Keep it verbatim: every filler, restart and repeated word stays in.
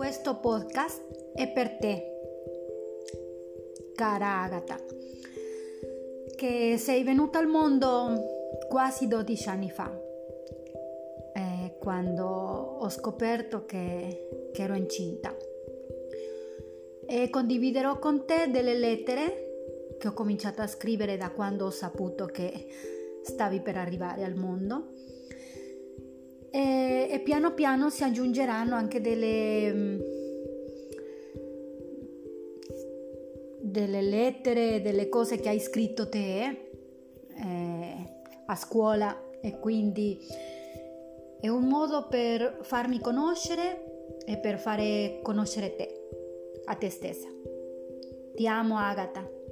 Questo podcast è per te, cara Agata, che sei venuta al mondo quasi dodici anni fa, eh, quando ho scoperto che, che ero incinta. E condividerò con te delle lettere che ho cominciato a scrivere da quando ho saputo che stavi per arrivare al mondo. E, e piano piano si aggiungeranno anche delle, delle lettere, delle cose che hai scritto te eh, a scuola, e quindi è un modo per farmi conoscere e per fare conoscere te, a te stessa. Ti amo, Agata.